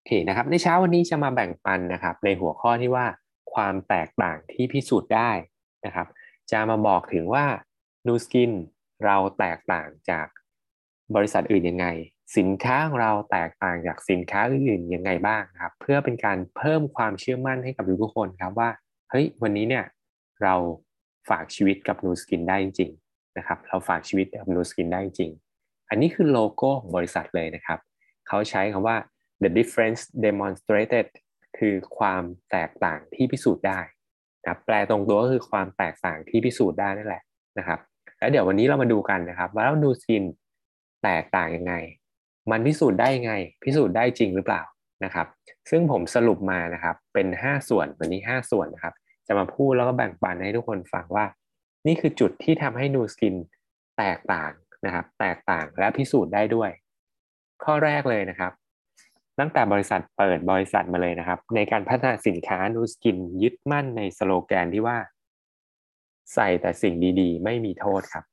โอเคนะครับในเช้าวันนี้จะมาแบ่งปันนะครับในหัวข้อที่ว่าความแตกต่างที่พิสูจน์ได้นะครับจะมาบอกถึงว่า Nu Skin เราแตกต่างจากบริษัทอื่นยังไงสินค้าของเราแตกต่างจากสินค้าอื่นๆยังไงบ้างครับเพื่อเป็นการเพิ่มความเชื่อมั่นให้กับทุกๆคนครับว่าเฮ้ยวันนี้เนี่ยเราฝากชีวิตกับ Nu Skin ได้จริงๆนะครับเราฝากชีวิตกับ Nu Skin ได้จริงอันนี้คือโลโก้ของบริษัทเลยนะครับเขาใช้คำว่า the difference demonstrated คือความแตกต่างที่พิสูจน์ได้นะครับแปลตรงตัวก็คือความแตกต่างที่พิสูจน์ได้นั่นแหละนะครับแล้วเดี๋ยววันนี้เรามาดูกันนะครับว่าเราดูสกินแตกต่างยังไงมันพิสูจน์ได้ยังไงพิสูจน์ได้จริงหรือเปล่านะครับซึ่งผมสรุปมานะครับเป็น5ส่วนวันนี้5ส่วนนะครับจะมาพูดแล้วก็แบ่งปันให้ทุกคนฟังว่านี่คือจุดที่ทำให้นูสกินแตกต่างนะครับแตกต่างและพิสูจน์ได้ด้วยข้อแรกเลยนะครับ ตั้งแต่บริษัทเปิดบริษัทมาเลยนะครับในการพัฒนาสินค้านูสกินยึดมั่นในสโลแกนที่ว่าใส่แต่สิ่งดีๆไม่มีโทษครับ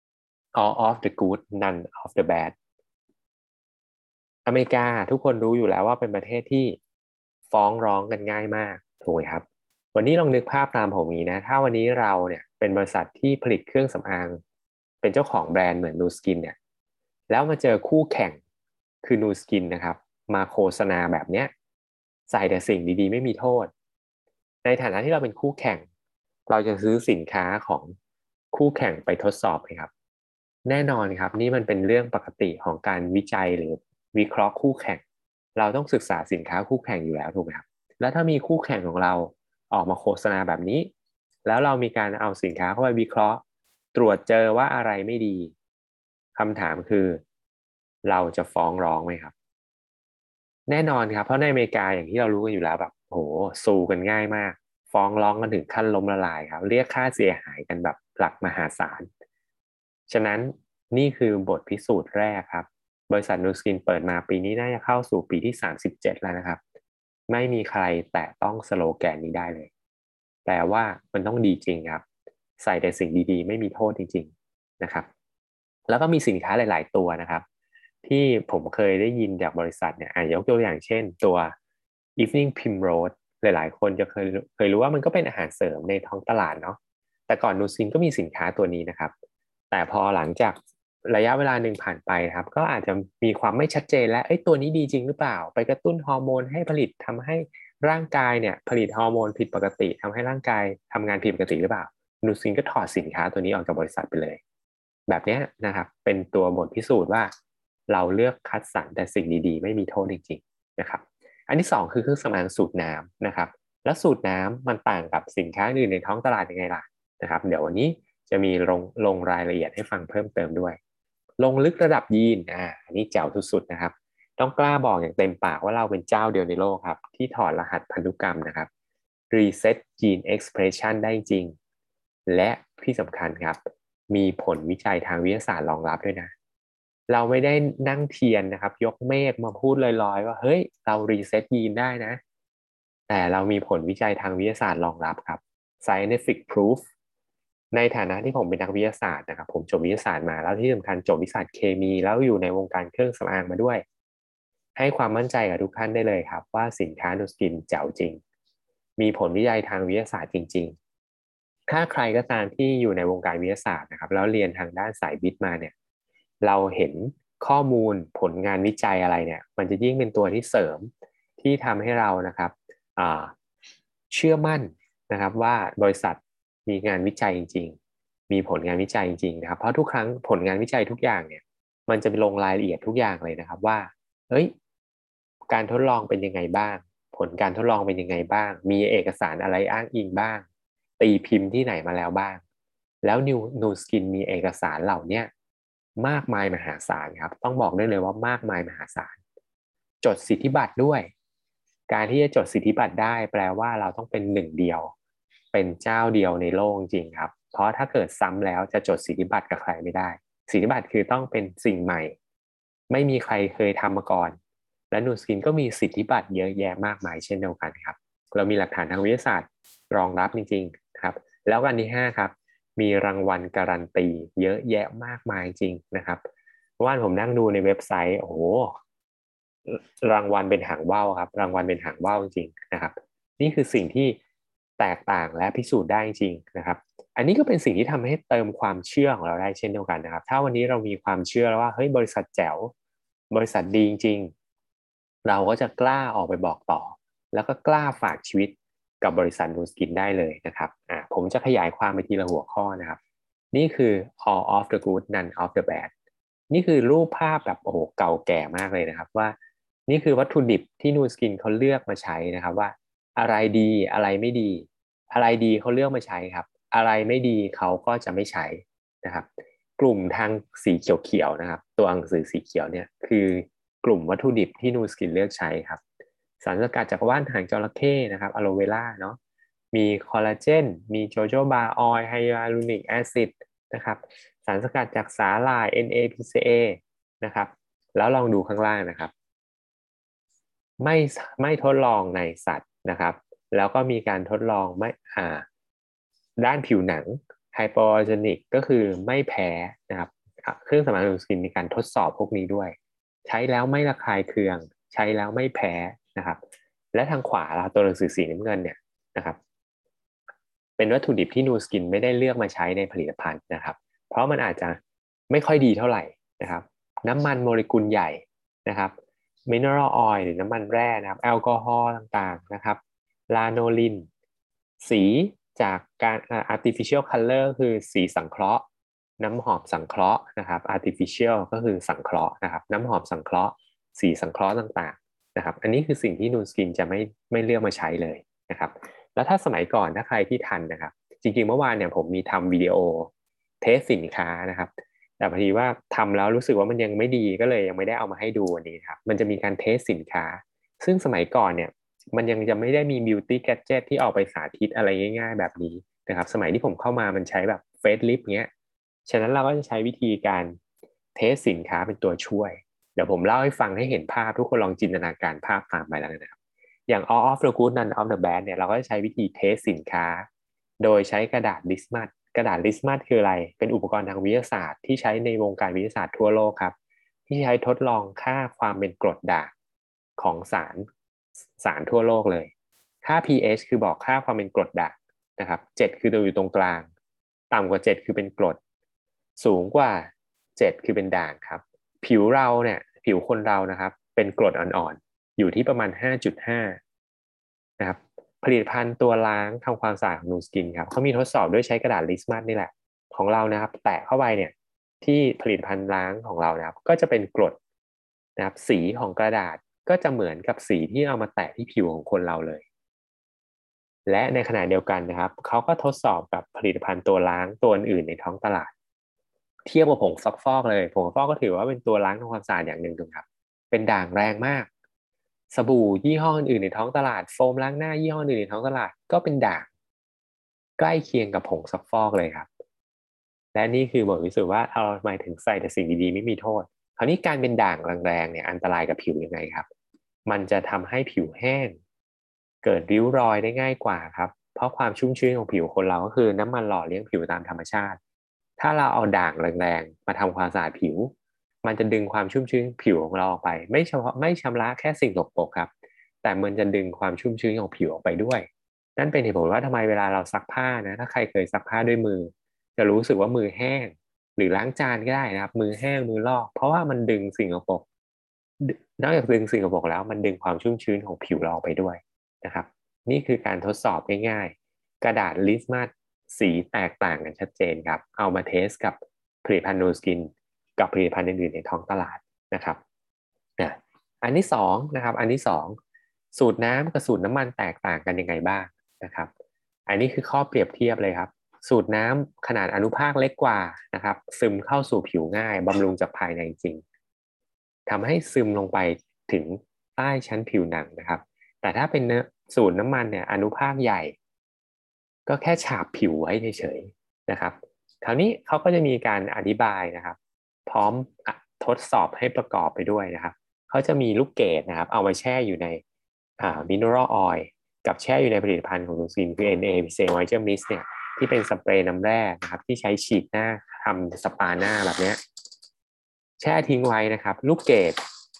all of the good none of the bad อเมริกาทุกคนรู้อยู่แล้วว่าเป็นประเทศที่ฟ้องร้องกันง่ายมากถูกไหมครับวันนี้ลองนึกภาพตามผมนี้นะถ้าวันนี้เราเนี่ยเป็นบริษัทที่ผลิตเครื่องสำอางเป็นเจ้าของแบรนด์เหมือนนูสกินเนี่ยแล้วมาเจอคู่แข่งคือนูสกินนะครับมาโฆษณาแบบเนี้ยใส่แต่สิ่งดีๆไม่มีโทษในฐานะที่เราเป็นคู่แข่งเราจะซื้อสินค้าของคู่แข่งไปทดสอบไหมครับแน่นอนครับนี่มันเป็นเรื่องปกติของการวิจัยหรือ วิเคราะห์คู่แข่งเราต้องศึกษาสินค้าคู่แข่งอยู่แล้วถูกไหมครับแล้วถ้ามีคู่แข่งของเราออกมาโฆษณาแบบนี้แล้วเรามีการเอาสินค้าเข้าไปวิเคราะห์ตรวจเจอว่าอะไรไม่ดีคำถามคือเราจะฟ้องร้องไหมครับแน่นอนครับเพราะในอเมริกาอย่างที่เรารู้กันอยู่แล้วแบบโหสู้กันง่ายมากฟ้องร้องกันถึงขั้นล้มละลายครับเรียกค่าเสียหายกันแบบหลักมหาศาลฉะนั้นนี่คือบทพิสูจน์แรกครับ บริษัทนูสกินเปิดมาปีนี้น่าจะเข้าสู่ปีที่37แล้วนะครับไม่มีใครแตะต้องสโลแกนนี้ได้เลยแต่ว่ามันต้องดีจริงครับใส่แต่สิ่งดีๆไม่มีโทษจริงๆนะครับแล้วก็มีสินค้าหลายๆตัวนะครับที่ผมเคยได้ยินจากบริษัทเนี่ยยกตัวอย่างเช่นตัว Evening Primrose หลายๆคนจะเคยรู้ว่ามันก็เป็นอาหารเสริมในท้องตลาดเนาะแต่ก่อนนูซินก็มีสินค้าตัวนี้นะครับ แต่พอหลังจากระยะเวลาหนึ่งผ่านไปครับก็อาจจะมีความไม่ชัดเจนและไอ้ยตัวนี้ดีจริงหรือเปล่าไปกระตุ้นฮอร์โมนให้ผลิตทำให้ร่างกายเนี่ยผลิตฮอร์โมนผิดปกติทำให้ร่างกายทำงานผิดปกติหรือเปล่านูซินก็ถอดสินค้าตัวนี้ออกจากบริษัทไปเลยแบบนี้นะครับเป็นตัวบทพิสูจน์ว่าเราเลือกคัดสรรแต่สิ่งดีๆไม่มีโทษจริงๆนะครับอันที่สองคือเครื่องสำอางสูตรน้ำนะครับแล้วสูตรน้ำมันต่างกับสินค้าอื่นในท้องตลาดยังไงล่ะนะครับเดี๋ยววันนี้ จะมีลงรายละเอียดให้ฟังเพิ่มเติมด้วยลงลึกระดับยีนอันนี้แจ๋วสุดๆนะครับต้องกล้าบอกอย่างเต็มปากว่าเราเป็นเจ้าเดียวในโลกครับที่ถอดรหัสพันธุกรรมนะครับ Reset Gene Expression ได้จริงและที่สำคัญครับมีผลวิจัยทางวิทยาศาสตร์รองรับด้วยนะเราไม่ได้นั่งเทียนนะครับยกเมฆมาพูดลอยๆว่าเฮ้ยเรารีเซ็ตยีนได้นะแต่เรามีผลวิจัยทางวิทยาศาสตร์รองรับครับ scientific proof ในฐานะที่ผมเป็นนักวิทยาศาสตร์นะครับผมจบวิทยาศาสตร์มาแล้วที่สำคัญจบวิทยาศาสตร์เคมีแล้วอยู่ในวงการเครื่องสำอางมาด้วยให้ความมั่นใจกับทุกท่านได้เลยครับว่าสินค้านูสกินแจ๋วจริงมีผลวิจัยทางวิทยาศาสตร์จริงๆถ้าใครก็ตามที่อยู่ในวงการวิทยาศาสตร์นะครับแล้วเรียนทางด้านสายวิทย์มาเนี่ยเราเห็นข้อมูลผลงานวิจัยอะไรเนี่ยมันจะยิ่งเป็นตัวที่เสริมที่ทำให้เรานะครับอ่าเชื่อมั่นนะครับว่าบริษัทมีงานวิจัยจริงๆ มีผลงานวิจัยจริงๆนะครับเพราะทุกครั้งผลงานวิจัยทุกอย่างเนี่ยมันจะไปลงรายละเอียดทุกอย่างเลยนะครับว่าเฮ้ยการทดลองเป็นยังไงบ้างผลการทดลองเป็นยังไงบ้างมีเอกสารอะไรอ้างอิงบ้างตีพิมพ์ที่ไหนมาแล้วบ้างแล้วนิวสกินมีเอกสารเหล่าเนี้ยมากมายมหาศาลครับต้องบอกได้เลยว่ามากมายมหาศาลจดสิทธิบัตรด้วยการที่จะจดสิทธิบัตรได้แปลว่าเราต้องเป็นหนึ่งเดียว เป็นเจ้าเดียวในโลกจริงครับ เพราะถ้าเกิดซ้ำแล้วจะจดสิทธิบัตรกับใครไม่ได้สิทธิบัตรคือต้องเป็นสิ่งใหม่ไม่มีใครเคยทำมาก่อนและนูสกินก็มีสิทธิบัตรเยอะแยะมากมายเช่นเดียวกันครับเรามีหลักฐานทางวิทยาศาสตร์รองรับจริงๆครับแล้วอันที่5ครับมีรางวัลการันตีเยอะแยะมากมายจริงนะครับเพราะว่าผมนั่งดูในเว็บไซต์โอ้โหรางวัลเป็นหางว่าวครับรางวัลเป็นหางว่าวจริงๆนะครับนี่คือสิ่งที่แตกต่างและพิสูจน์ได้จริงนะครับอันนี้ก็เป็นสิ่งที่ทำให้เติมความเชื่อของเราได้เช่นเดียวกันนะครับถ้าวันนี้เรามีความเชื่อแล้วว่าเฮ้ยบริษัทแจ๋วบริษัทดีจริงๆเราก็จะกล้าออกไปบอกต่อแล้วก็กล้าฝากชีวิตกับบริษัทนูสกินได้เลยนะครับผมจะขยายความไปทีละหัวข้อนะครับนี่คือ all of the good none of the bad นี่คือรูปภาพแบบโอ้โหเก่าแก่มากเลยนะครับว่านี่คือวัตถุดิบที่นูสกินเขาเลือกมาใช้นะครับว่าอะไรดีอะไรไม่ดีอะไรดีเขาเลือกมาใช้ครับอะไรไม่ดีเขาก็จะไม่ใช้นะครับกลุ่มทางสีเขียวๆนะครับตัวหนังสือสีเขียวเนี่ยคือกลุ่มวัตถุดิบที่นูสกินเลือกใช้ครับสารสกัดจากว่านหางจระเข้นะครับอะโลเวล่าเนาะมีคอลลาเจนมีโจโจบาออยล์ไฮยาลูริกแอซิดนะครับ สารสกัดจากสาหร่าย NAPCA นะครับแล้วลองดูข้างล่างนะครับไม่ไม่ทดลองในสัตว์นะครับแล้วก็มีการทดลองไม่ด้านผิวหนังไฮโปอ l ล r นิกก็คือไม่แพ้นะครับเครื่องสำอางดูสกินมีการทดสอบพวกนี้ด้วยใช้แล้วไม่ระคายเคืองใช้แล้วไม่แพ้นะครับและทางขวาตัวหนังสือสีน้ำเงินเนี่ยนะครับเป็นวัตถุดิบที่นูสกินไม่ได้เลือกมาใช้ในผลิตภัณฑ์นะครับเพราะมันอาจจะไม่ค่อยดีเท่าไหร่นะครับน้ำมันโมเลกุลใหญ่นะครับมินเนอรัลออยล์หรือน้ำมันแร่นะครับแอลกอฮอล์ต่างๆนะครับลาโนลินสีจากการartificial color คือสีสังเคราะห์น้ำหอมสังเคราะห์นะครับ artificial ก็คือสังเคราะห์นะครับน้ำหอมสังเคราะห์สีสังเคราะห์ต่างๆนะครับอันนี้คือสิ่งที่นูสกินจะไม่เลือกมาใช้เลยนะครับแล้วถ้าสมัยก่อนถ้าใครที่ทันนะครับจริงๆเมื่อวานเนี่ยผมมีทำวิดีโอเทสสินค้านะครับแต่พอดีว่าทำแล้วรู้สึกว่ามันยังไม่ดีก็เลยยังไม่ได้เอามาให้ดูวันนี้ครับมันจะมีการเทสสินค้าซึ่งสมัยก่อนเนี่ยมันยังจะไม่ได้มีบิวตี้แกดเจ็ตที่ออกไปสาธิตอะไรง่ายๆแบบนี้นะครับสมัยที่ผมเข้ามามันใช้แบบเฟซลิฟเงี้ยฉะนั้นเราก็จะใช้วิธีการเทสสินค้าเป็นตัวช่วยเดี๋ยวผมเล่าให้ฟังให้เห็นภาพทุกคนลองจินตนาการภาพตามไปแล้วนะครับ อย่าง all of the good none of the bad เนี่ยเราก็จะใช้วิธีเทสสินค้าโดยใช้กระดาษลิสมัสกระดาษลิสมัสคืออะไรเป็นอุปกรณ์ทางวิทยาศาสตร์ที่ใช้ในวงการวิทยาศาสตร์ทั่วโลกครับที่ใช้ทดลองค่าความเป็นกรดด่างของสารทั่วโลกเลยค่า pH คือบอกค่าความเป็นกรดด่างนะครับ7คือตัวอยู่ตรงกลางต่ำกว่า7คือเป็นกรดสูงกว่า7คือเป็นด่างครับผิวเราเนี่ยผิวคนเรานะครับเป็นกรดอ่อนๆอยู่ที่ประมาณ5.5นะครับผลิตภัณฑ์ตัวล้างทำความสะอาดของนูสกินครับเขามีทดสอบด้วยใช้กระดาษลิสมัสนี่แหละของเรานะครับแตะเข้าไปเนี่ยที่ผลิตภัณฑ์ล้างของเรานะครับก็จะเป็นกรดนะครับสีของกระดาษก็จะเหมือนกับสีที่เอามาแตะที่ผิวของคนเราเลยและในขณะเดียวกันนะครับเขาก็ทดสอบกับผลิตภัณฑ์ตัวล้างตัวอื่นในท้องตลาดเทียบกับผงซักฟอกเลยผงซักฟอกก็ถือว่าเป็นตัวล้างทำความสะอาดอย่างหนึ่งถูกไหมครับเป็นด่างแรงมากสบู่ยี่ห้ออื่นในท้องตลาดโฟมล้างหน้ายี่ห้ออื่นในท้องตลาดก็เป็นด่างใกล้เคียงกับผงซักฟอกเลยครับและนี่คือบทพิสูจน์ว่าเราหมายถึงใส่แต่สิ่งดีๆไม่มีโทษคราวนี้การเป็นด่างแรงๆเนี่ยอันตรายกับผิวยังไงครับมันจะทำให้ผิวแห้งเกิดริ้วรอยได้ง่ายกว่าครับเพราะความชุ่มชื้นของผิวคนเราก็คือน้ำมันหล่อเลี้ยงผิวตามธรรมชาติถ้าเราเอาด่างแรงๆมาทำความสะอาดผิวมันจะดึงความชุ่มชื้นผิวของเราออกไปไม่ชำระแค่สิ่งสกปรกครับแต่มันจะดึงความชุ่มชื้นของผิวออกไปด้วยนั่นเป็นเหตุผลว่าทำไมเวลาเราซักผ้านะถ้าใครเคยซักผ้าด้วยมือจะรู้สึกว่ามือแห้งหรือล้างจานก็ได้นะครับมือแห้งมือลอกเพราะว่ามันดึงสิ่งสกปรกนอกจากดึงสิ่งสกปรกแล้วมันดึงความชุ่มชื้นของผิวเราออกไปด้วยนะครับนี่คือการทดสอบง่ายๆกระดาษลิสมัสสีแตกต่างกันชัดเจนครับเอามาเทสกับผลิตภัณฑ์นูสกินกับผลิตภัณฑ์อื่นๆในท้องตลาดนะครับนะอันที่สองนะครับอันที่สองสูตรน้ำกับสูตรน้ำมันแตกต่างกันยังไงบ้างนะครับอันนี้คือข้อเปรียบเทียบเลยครับสูตรน้ำขนาดอนุภาคเล็กกว่านะครับซึมเข้าสู่ผิวง่ายบำรุงจากภายในจริงทำให้ซึมลงไปถึงใต้ชั้นผิวหนังนะครับแต่ถ้าเป็นสูตรน้ำมันเนี่ยอนุภาคใหญ่ก็แค่ฉาบผิวไว้เฉยๆนะครับคราวนี้เขาก็จะมีการอธิบายนะครับพร้อมทดสอบให้ประกอบไปด้วยนะครับเขาจะมีลูกเกดนะครับเอามาแช่อยู่ในมินเนอรัลออยล์กับแช่อยู่ในผลิตภัณฑ์ของนูซินคือ NABCA Moisture Mist เนี่ยที่เป็นสเปรย์น้ำแร่นะครับที่ใช้ฉีดหน้าทำสปาหน้าแบบนี้แช่ทิ้งไว้นะครับลูกเกด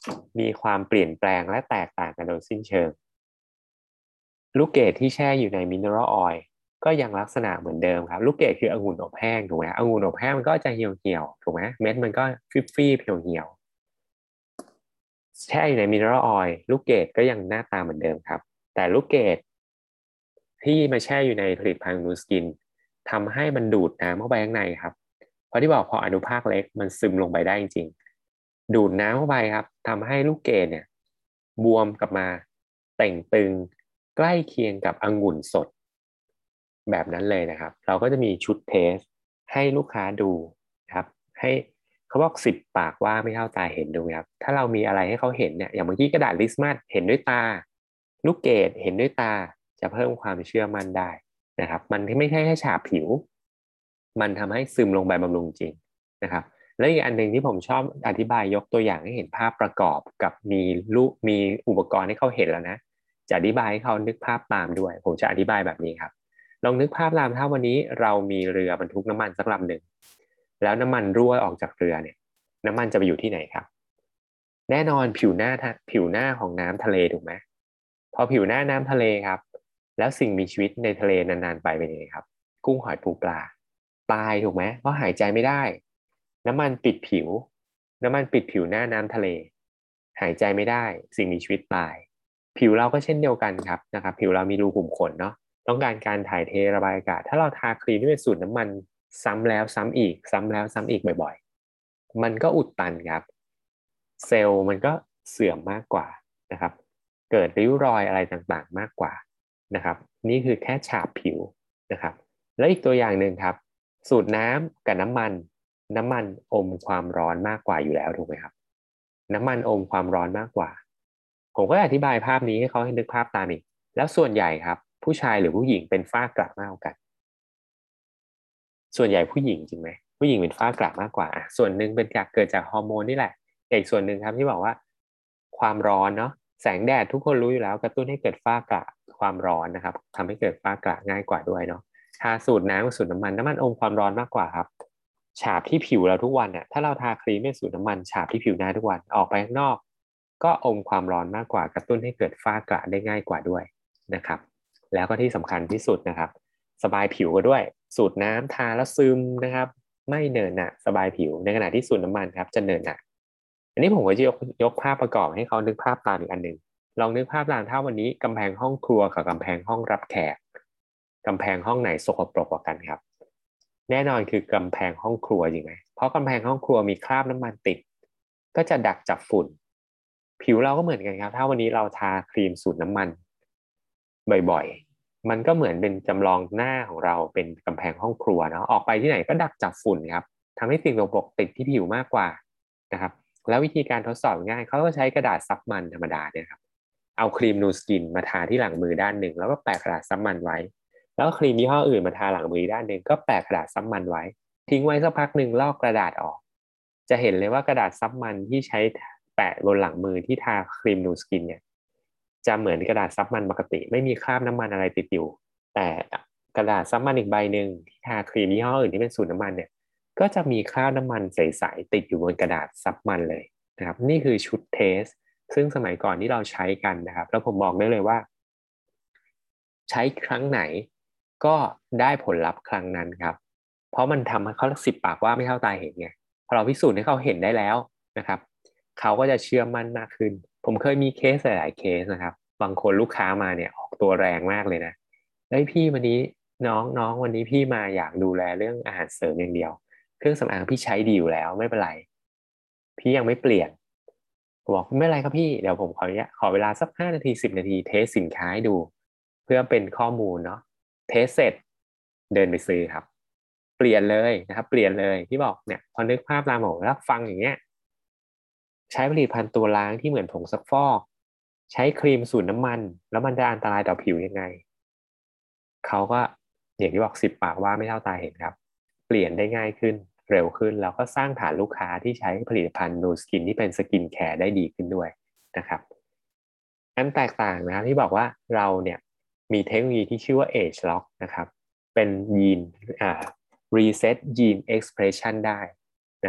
มีความเปลี่ยนแปลงและแตกต่างกันโดยสิ้นเชิงลูกเกดที่แช่อยู่ในมิเนอรัลออยล์ก็ยังลักษณะเหมือนเดิมครับลูกเกดคือองุ่นอบแห้งถูกไหมองุ่นอบแห้งมันก็จะเหี่ยวๆถูกไหมเม็ดมันก็ฟีบๆเหี่ยวๆแช่อยู่ในมิเนอรัลออยล์ลูกเกดก็ยังหน้าตาเหมือนเดิมครับแต่ลูกเกดที่มาแช่อยู่ในผลิตภัณฑ์นูสกินทำให้มันดูดน้ำเข้าไปข้างในครับเพราะที่บอกพออนุภาคเล็กมันซึมลงไปได้จริงๆดูดน้ำเข้าไปครับทำให้ลูกเกดเนี่ยบวมกลับมาเต่งตึงใกล้เคียงกับองุ่นสดแบบนั้นเลยนะครับเราก็จะมีชุดเทสให้ลูกค้าดูนะครับให้เขาบอก10 ปากว่าไม่เท่าตาเห็นดูครับถ้าเรามีอะไรให้เขาเห็นเนี่ยอย่างเมื่อกี้กระดาษลิสต์มาสเห็นด้วยตาลูกเกดเห็นด้วยตาจะเพิ่มความเชื่อมั่นได้นะครับมันไม่ใช่แค่ฉาบผิวมันทำให้ซึมลงไปบำรุงจริงนะครับและอีกอันหนึ่งที่ผมชอบอธิบายยกตัวอย่างให้เห็นภาพประกอบกับมีรูปมีอุปกรณ์ให้เขาเห็นแล้วนะจะอธิบายให้เขานึกภาพตามด้วยผมจะอธิบายแบบนี้ครับลองนึกภาพตามถ้าวันนี้เรามีเรือบรรทุกน้ำมันสักลำหนึ่งแล้วน้ำมันรั่วออกจากเรือเนี่ยน้ำมันจะไปอยู่ที่ไหนครับแน่นอนผิวหน้าของน้ำทะเลถูกไหมพอผิวหน้าน้ำทะเลครับแล้วสิ่งมีชีวิตในทะเลนานๆไปเป็นยังไงครับกุ้งหอยปูปลาตายถูกไหมเพราะหายใจไม่ได้น้ำมันปิดผิวน้ำมันปิดผิวหน้าน้ำทะเลหายใจไม่ได้สิ่งมีชีวิตตายผิวเราก็เช่นเดียวกันครับนะครับผิวเรามีรูขุมขนเนาะต้องการการถ่ายเทระบายอากาศถ้าเราทาครีมที่เป็นสูตรน้ำมันซ้ำแล้วซ้ำอีกซ้ำแล้วซ้ำอีกบ่อยๆมันก็อุดตันครับเซลล์มันก็เสื่อมมากกว่านะครับเกิดริ้วรอยอะไรต่างๆมากกว่านะครับนี่คือแค่ฉาบผิวนะครับแล้วอีกตัวอย่างหนึ่งครับสูตรน้ำกับน้ำมันอมความร้อนมากกว่าอยู่แล้วถูกไหมครับน้ำมันอมความร้อนมากกว่าผมก็อธิบายภาพนี้ให้เขาให้นึกภาพตามอีกแล้วส่วนใหญ่ครับผู้ชายหรือผู้หญิงเป็นฝ้ากระมากกว่ากันส่วนใหญ่ผู้หญิงจริงไหมผู้หญิงเป็นฝ้ากระมากกว่าส่วนหนึ่งเป็นจากเกิดจากฮอร์โมนนี่แหละอีกส่วนหนึ่งครับที่บอกว่าความร้อนเนาะแสงแดดทุกคนรู้อยู่แล้วกระตุ้นให้เกิดฝ้ากระความร้อนนะครับทำให้เกิดฝ้ากระง่ายกว่าด้วยเนาะทาสูตรน้ำกับสูตรน้ำมันอมความร้อนมากกว่าครับฉาบที่ผิวเราทุกวันเนี่ยถ้าเราทาครีมเป็นสูตรน้ำมันฉาบที่ผิวหน้าทุกวันออกไปข้างนอกก็อมความร้อนมากกว่ากระตุ้นให้เกิดฝ้ากระได้ง่ายกว่าด้วยนะครับแล้วก็ที่สำคัญที่สุดนะครับ สบายผิวก็ด้วยสูตรน้ำทาแล้วซึมนะครับไม่เหนอะหนะสบายผิวในขณะที่สูตรน้ำมันครับจะเหนอะหนะอันนี้ผมก็จะยกภาพประกอบให้เขานึกภาพตามอีกอันหนึ่งลองนึกภาพตามถ้าวันนี้กำแพงห้องครัวกับกำแพงห้องรับแขกกำแพงห้องไหนสกปรกกว่ากันครับแน่นอนคือกำแพงห้องครัวจริงไหมเพราะกำแพงห้องครัวมีคราบน้ำมันติดก็จะดักจับฝุ่นผิวเราก็เหมือนกันครับถ้าวันนี้เราทาครีมสูตรน้ำมันบ่อยๆ มันก็เหมือนเป็นจำลองหน้าของเราเป็นกำแพงห้องครัวเนาะออกไปที่ไหนก็ดักจับฝุ่นครับทำให้สิ่งสกปรกติดที่ผิวมากกว่านะครับแล้ววิธีการทดสอบง่ายเขาก็ใช้กระดาษซับมันธรรมดาเนี่ยครับเอาครีมนูสกินมาทาที่หลังมือด้านหนึ่งแล้วก็แปะกระดาษซับมันไว้แล้วครีมยี่ห้ออื่นมาทาหลังมือด้านหนึ่งก็แปะกระดาษซับมันไว้ทิ้งไว้สักพักหนึ่งลอกกระดาษออกจะเห็นเลยว่ากระดาษซับมันที่ใช้แปะบนหลังมือที่ทาครีมนูสกินเนี่ยจะเหมือนกระดาษซับมันปกติไม่มีคราบน้ำมันอะไรติดอยู่ แต่กระดาษซับมันอีกใบหนึ่งที่ทาครีมยี่ห้ออื่นที่เป็นสูตรน้ำมันเนี่ยก็จะมีคราบน้ำมันใสๆติดอยู่บนกระดาษซับมันเลยนะครับนี่คือชุดเทสซึ่งสมัยก่อนที่เราใช้กันนะครับแล้วผมบอกได้เลยว่าใช้ครั้งไหนก็ได้ผลลัพธ์ครั้งนั้นครับเพราะมันทำให้เขา10 ปากว่าไม่เท่าตาเห็นไงพอเราพิสูจน์ให้เขาเห็นได้แล้วนะครับเขาก็จะเชื่อมั่นมากขึ้นผมเคยมีเคสหลายๆเคสนะครับบางคนลูกค้ามาเนี่ยออกตัวแรงมากเลยนะ เฮ้ยพี่วันนี้น้องวันนี้พี่มาอยากดูแลเรื่องอาหารเสริมอย่างเดียวเครื่องสำอางพี่ใช้ดีอยู่แล้วไม่เป็นไรพี่ยังไม่เปลี่ยนผมบอกไม่เป็นไรครับพี่เดี๋ยวผมขอเวลาสัก5 นาที10 นาทีเทสสินค้าให้ดูเพื่อเป็นข้อมูลเนาะเทสเสร็จเดินไปซื้อครับเปลี่ยนเลยนะครับเปลี่ยนเลยที่บอกเนี่ยพอนึกภาพตามผมแล้วฟังอย่างเงี้ยใช้ผลิตภัณฑ์ตัวล้างที่เหมือนผงซักฟอกใช้ครีมสูตรน้ำมันแล้วมันจะอันตรายต่อผิวยังไง เขาก็อย่างที่บอก10 ปากว่าไม่เท่าตาเห็นครับเปลี่ยนได้ง่ายขึ้นเร็วขึ้นแล้วก็สร้างฐานลูกค้าที่ใช้ผลิตภัณฑ์นูสกินที่เป็นสกินแคร์ได้ดีขึ้นด้วยนะครับอันแตกต่างนะที่บอกว่าเราเนี่ยมีเทคโนโลยีที่ชื่อว่า Age Lock นะครับเป็นยีนReset Gene Expression ได้นะครับ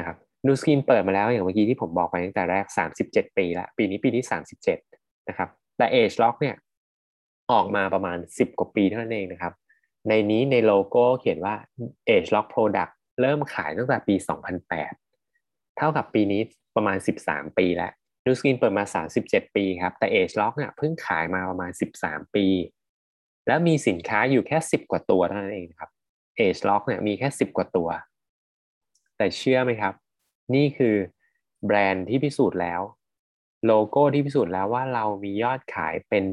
นูสกินเปิดมาแล้วอย่างเมื่อกี้ที่ผมบอกไปตั้งแต่แรก37 ปีแล้วปีนี้ปีที่37นะครับแต่เอ e ล็อกเนี่ยออกมาประมาณ10 กว่าปีเท่านั้นเองนะครับในนี้ในโลโก้เขียนว่า Age Lock Product เริ่มขายตั้งแต่ปี2008เท่ากับปีนี้ประมาณ13 ปีแล้วนูสกินเปิดมา37 ปีครับแต่ Age Lock เนี่ยเพิ่งขายมาประมาณ13 ปีแล้วมีสินค้าอยู่แค่10 กว่าตัวเท่านั้นเองครับ Age Lock เนี่ยมีแค่10 กว่าตัวแต่เชื่อไหมครับนี่คือแบรนด์ที่พิสูจน์แล้วโลโก้ที่พิสูจน์แล้วว่าเรามียอดขายเป็น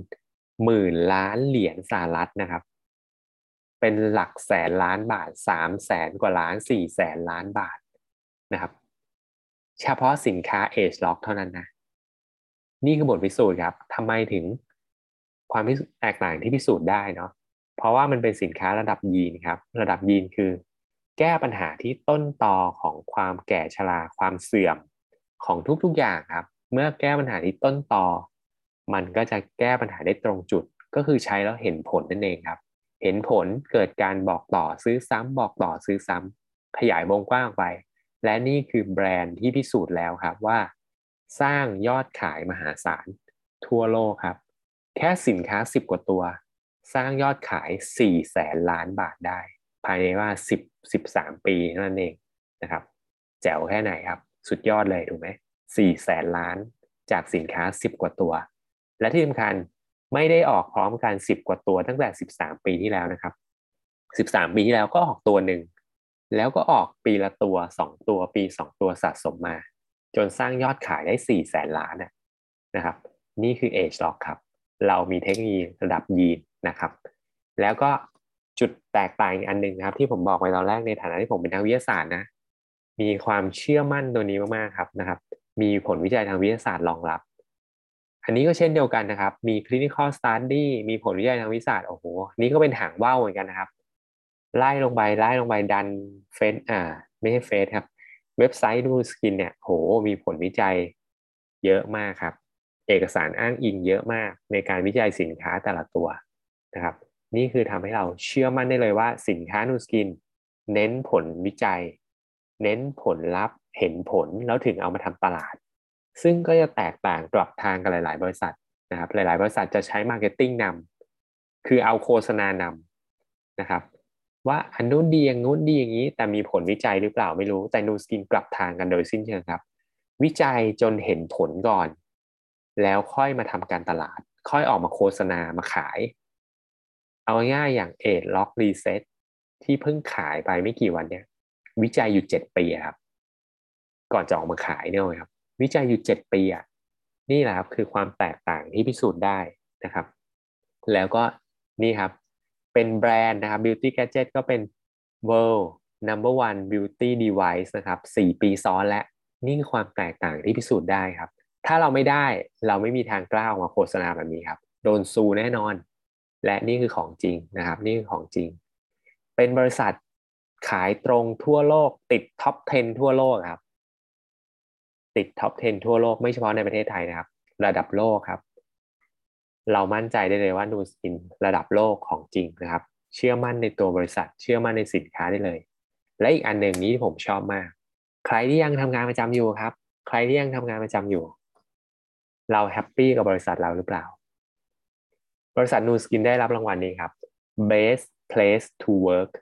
10,000,000,000 เหรียญสหรัฐนะครับเป็นหลักแสนล้านบาท300,000 กว่าล้าน400,000,000,000 บาทนะครับเฉพาะสินค้า Age Lock เท่านั้นนะนี่คือบทพิสูจน์ครับทำไมถึงความแตกต่างที่พิสูจน์ได้เนาะเพราะว่ามันเป็นสินค้าระดับยีนครับระดับยีนคือแก้ปัญหาที่ต้นตอของความแก่ชราความเสื่อมของทุกๆอย่างครับเมื่อแก้ปัญหาที่ต้นตอมันก็จะแก้ปัญหาได้ตรงจุดก็คือใช้แล้วเห็นผลนั่นเองครับเห็นผลเกิดการบอกต่อซื้อซ้ำบอกต่อซื้อซ้ำขยายวงกว้างออกไปและนี่คือแบรนด์ที่พิสูจน์แล้วครับว่าสร้างยอดขายมหาศาลทั่วโลกครับแค่สินค้า10 กว่าตัวสร้างยอดขาย400,000,000,000 บาทได้ภายในว่า13 ปีเท่านั้นเองนะครับแจ๋วแค่ไหนครับสุดยอดเลยถูกไหม400,000,000,000จากสินค้า10 กว่าตัวและที่สำคัญไม่ได้ออกพร้อมกัน10 กว่าตัวตั้งแต่13 ปีที่แล้วนะครับ13 ปีที่แล้วก็ออกตัวหนึ่งแล้วก็ออกปีละตัว2 ตัวปี2 ตัวสะสมมาจนสร้างยอดขายได้400,000,000,000นะครับนี่คือ Age Lock ครับเรามีเทคโนโลยีระดับยีนนะครับแล้วก็จุดแตกต่างอีกอันหนึ่งนะครับที่ผมบอกไปตอนแรกในฐานะที่ผมเป็นนักวิทยาศาสตร์นะมีความเชื่อมั่นตัวนี้มากๆครับนะครับมีผลวิจัยทางวิทยาศาสตร์รองรับอันนี้ก็เช่นเดียวกันนะครับมี clinical study มีผลวิจัยทางวิทยาศาสตร์โอ้โหนี่ก็เป็นหางว่าวเหมือนกันนะครับไล่ลงไปดันเฟซไม่ใช่เฟซครับเว็บไซต์ดูสกินเนี่ยโหมีผลวิจัยเยอะมากครับเอกสารอ้างอิงเยอะมากในการวิจัยสินค้าแต่ละตัวนะครับนี่คือทำให้เราเชื่อมั่นได้เลยว่าสินค้านูสกินเน้นผลวิจัยเน้นผลลัพธ์เห็นผลแล้วถึงเอามาทำตลาดซึ่งก็จะแตกต่างกลับทางกันหลายๆบริษัทนะครับหลายๆบริษัทจะใช้มาร์เก็ตติ้งนำคือเอาโฆษณานำนะครับว่าอันนู้นดีอย่างนู้นดีอย่างนี้แต่มีผลวิจัยหรือเปล่าไม่รู้แต่นูสกินกลับทางกันโดยสิ้นเชิงครับวิจัยจนเห็นผลก่อนแล้วค่อยมาทำการตลาดค่อยออกมาโฆษณามาขายเอาง่ายๆอย่างเอดล็อกรีเซ็ตที่เพิ่งขายไปไม่กี่วันเนี่ยวิจัยอยู่7 ปีครับก่อนจะออกมาขายเนี่ยครับวิจัยอยู่7 ปีนี่แหละครับคือความแตกต่างที่พิสูจน์ได้นะครับแล้วก็นี่ครับเป็นแบรนด์นะครับ Beauty Gadget ก็เป็น World Number One Beauty Device นะครับ4 ปีซ้อนและนี่คือความแตกต่างที่พิสูจน์ได้ครับถ้าเราไม่ได้เราไม่มีทางกล้าออกมาโฆษณาแบบนี้ครับโดนซูแน่นอนและนี่คือของจริงนะครับนี่คือของจริงเป็นบริษัทขายตรงทั่วโลกติดท็อป10ทั่วโลกครับ ติดท็อป10ทั่วโลกไม่เฉพาะในประเทศไทยนะครับระดับโลกครับเรามั่นใจได้เลยว่านูสกินระดับโลกของจริงนะครับเชื่อมั่นในตัวบริษัทเชื่อมั่นในสินค้าได้เลยและอีกอันหนึ่งนี้ที่ผมชอบมากใครที่ยังทำงานประจำอยู่ครับใครที่ยังทำงานประจำอยู่เราแฮปปี้กับบริษัทเราหรือเปล่าบริษัทนูสกินได้รับรางวัลนี้ครับ Best Place to Work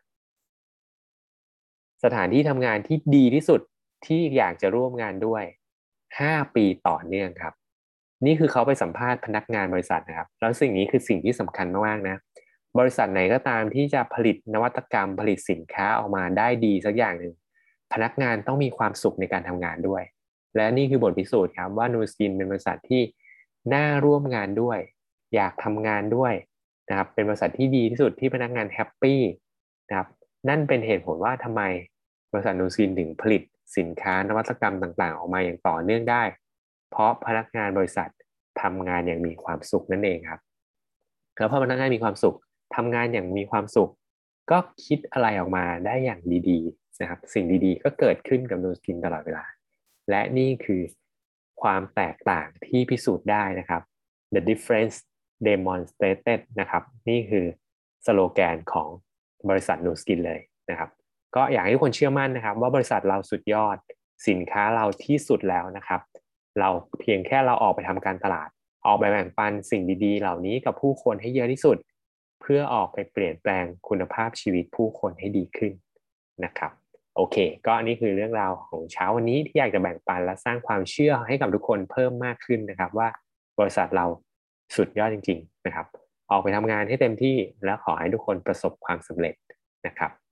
สถานที่ทำงานที่ดีที่สุดที่อยากจะร่วมงานด้วย5 ปีต่อเนื่องครับนี่คือเขาไปสัมภาษณ์พนักงานบริษัทนะครับแล้วสิ่งนี้คือสิ่งที่สำคัญมากๆนะบริษัทไหนก็ตามที่จะผลิตนวัตกรรมผลิตสินค้าออกมาได้ดีสักอย่างหนึ่งพนักงานต้องมีความสุขในการทำงานด้วยและนี่คือบทพิสูจน์ครับว่านูสกินเป็นบริษัทที่น่าร่วมงานด้วยอยากทำงานด้วยนะครับเป็นบริษัทที่ดีที่สุดที่พนักงานแฮปปี้นะครับนั่นเป็นเหตุผลว่าทำไม บริษัทนูซินถึงผลิตสินค้านวัตกรรมต่างๆออกมาอย่างต่อเนื่องได้เพราะพนักงานบริษัททำงานอย่างมีความสุขนั่นเองครับแล้วพอพนักงานมีความสุขทำงานอย่างมีความสุขก็คิดอะไรออกมาได้อย่างดีๆนะครับสิ่งดีๆก็เกิดขึ้นกับนูสกินตลอดเวลาและนี่คือความแตกต่างที่พิสูจน์ได้นะครับ The difference demonstrated นะครับนี่คือสโลแกนของบริษัทนูสกินเลยนะครับ ก็อยากให้ทุกคนเชื่อมั่นนะครับว่าบริษัทเราสุดยอดสินค้าเราที่สุดแล้วนะครับเราเพียงแค่เราออกไปทำการตลาดออกไปแบ่งปันสิ่งดีๆเหล่านี้กับผู้คนให้เยอะที่สุดเพื่อออกไปเปลี่ยนแปลงคุณภาพชีวิตผู้คนให้ดีขึ้นนะครับโอเคก็อันนี้คือเรื่องราวของเช้าวันนี้ที่อยากจะแบ่งปันและสร้างความเชื่อให้กับทุกคนเพิ่มมากขึ้นนะครับว่าบริษัทเราสุดยอดจริงๆนะครับออกไปทำงานให้เต็มที่แล้วขอให้ทุกคนประสบความสำเร็จนะครับ